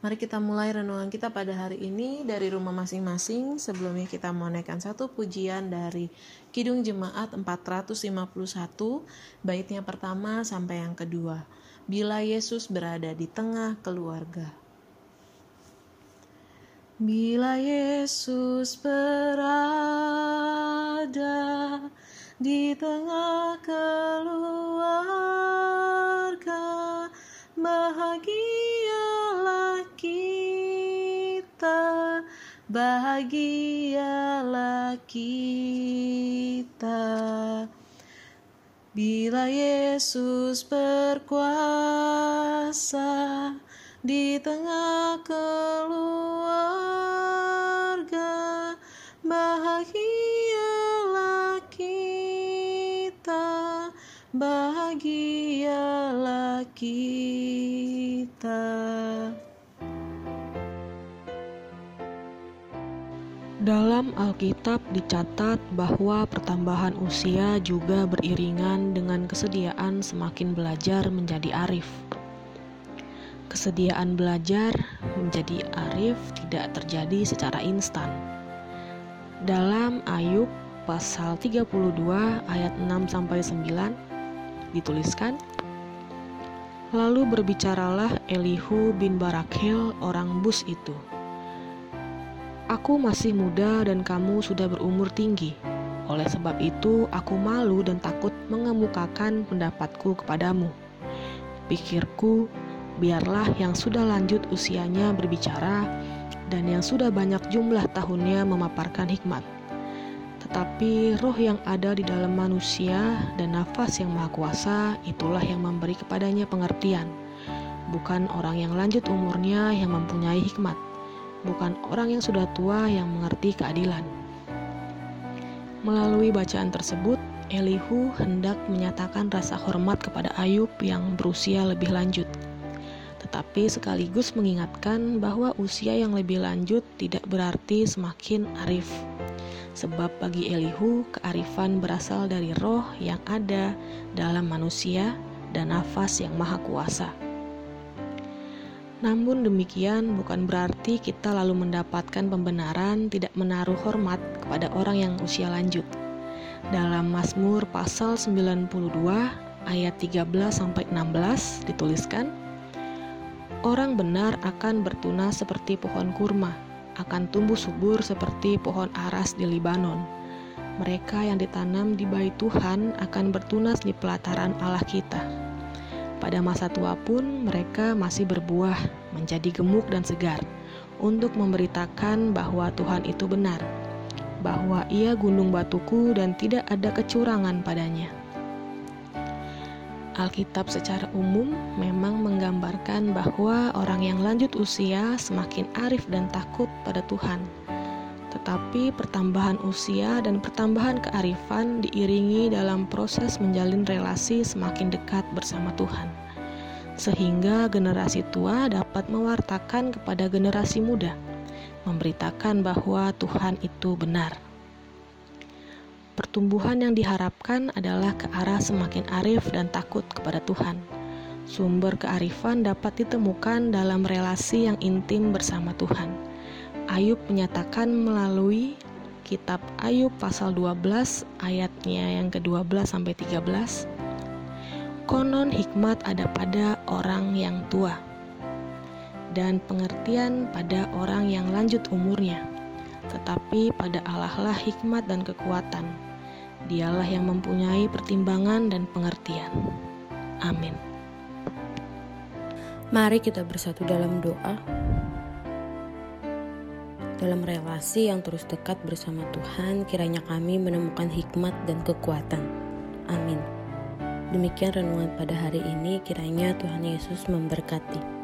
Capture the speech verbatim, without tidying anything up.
Mari kita mulai renungan kita pada hari ini dari rumah masing-masing. Sebelumnya kita mau naikkan satu pujian dari Kidung Jemaat empat ratus lima puluh satu, baitnya pertama sampai yang kedua. Bila Yesus berada di tengah keluarga. Bila Yesus berada di tengah keluarga, bahagialah kita, bahagialah kita. Bila Yesus berkuasa di tengah keluarga, bahagialah kita, bahagialah kita. Dalam Alkitab dicatat bahwa pertambahan usia juga beriringan dengan kesediaan semakin belajar menjadi arif. Kesediaan belajar menjadi arif tidak terjadi secara instan. Dalam Ayub pasal tiga puluh dua ayat enam sampai sembilan dituliskan, lalu berbicaralah Elihu bin Barakhel orang Bus itu, "Aku masih muda dan kamu sudah berumur tinggi. Oleh sebab itu aku malu dan takut mengemukakan pendapatku kepadamu. Pikirku, biarlah yang sudah lanjut usianya berbicara dan yang sudah banyak jumlah tahunnya memaparkan hikmat. Tetapi roh yang ada di dalam manusia dan nafas yang maha kuasa, itulah yang memberi kepadanya pengertian. Bukan orang yang lanjut umurnya yang mempunyai hikmat, bukan orang yang sudah tua yang mengerti keadilan." Melalui bacaan tersebut, Elihu hendak menyatakan rasa hormat kepada Ayub yang berusia lebih lanjut, tetapi sekaligus mengingatkan bahwa usia yang lebih lanjut tidak berarti semakin arif. Sebab bagi Elihu, kearifan berasal dari roh yang ada dalam manusia dan nafas yang maha kuasa. Namun demikian bukan berarti kita lalu mendapatkan pembenaran tidak menaruh hormat kepada orang yang usia lanjut. Dalam Mazmur pasal sembilan puluh dua ayat tiga belas sampai enam belas dituliskan, "Orang benar akan bertunas seperti pohon kurma, akan tumbuh subur seperti pohon aras di Libanon. Mereka yang ditanam di bait Tuhan akan bertunas di pelataran Allah kita. Pada masa tua pun mereka masih berbuah, menjadi gemuk dan segar, untuk memberitakan bahwa Tuhan itu benar, bahwa Ia gunung batuku dan tidak ada kecurangan padanya." Alkitab secara umum memang menggambarkan bahwa orang yang lanjut usia semakin arif dan takut pada Tuhan. Tetapi pertambahan usia dan pertambahan kearifan diiringi dalam proses menjalin relasi semakin dekat bersama Tuhan, sehingga generasi tua dapat mewartakan kepada generasi muda, memberitakan bahwa Tuhan itu benar. Pertumbuhan yang diharapkan adalah ke arah semakin arif dan takut kepada Tuhan. Sumber kearifan dapat ditemukan dalam relasi yang intim bersama Tuhan. Ayub menyatakan melalui kitab Ayub pasal dua belas ayatnya yang ke-dua belas sampai tiga belas, "Konon hikmat ada pada orang yang tua, dan pengertian pada orang yang lanjut umurnya. Tetapi pada Allah lah hikmat dan kekuatan. Dialah yang mempunyai pertimbangan dan pengertian." Amin. Mari kita bersatu dalam doa. Dalam relasi yang terus dekat bersama Tuhan, kiranya kami menemukan hikmat dan kekuatan. Amin. Demikian renungan pada hari ini, kiranya Tuhan Yesus memberkati.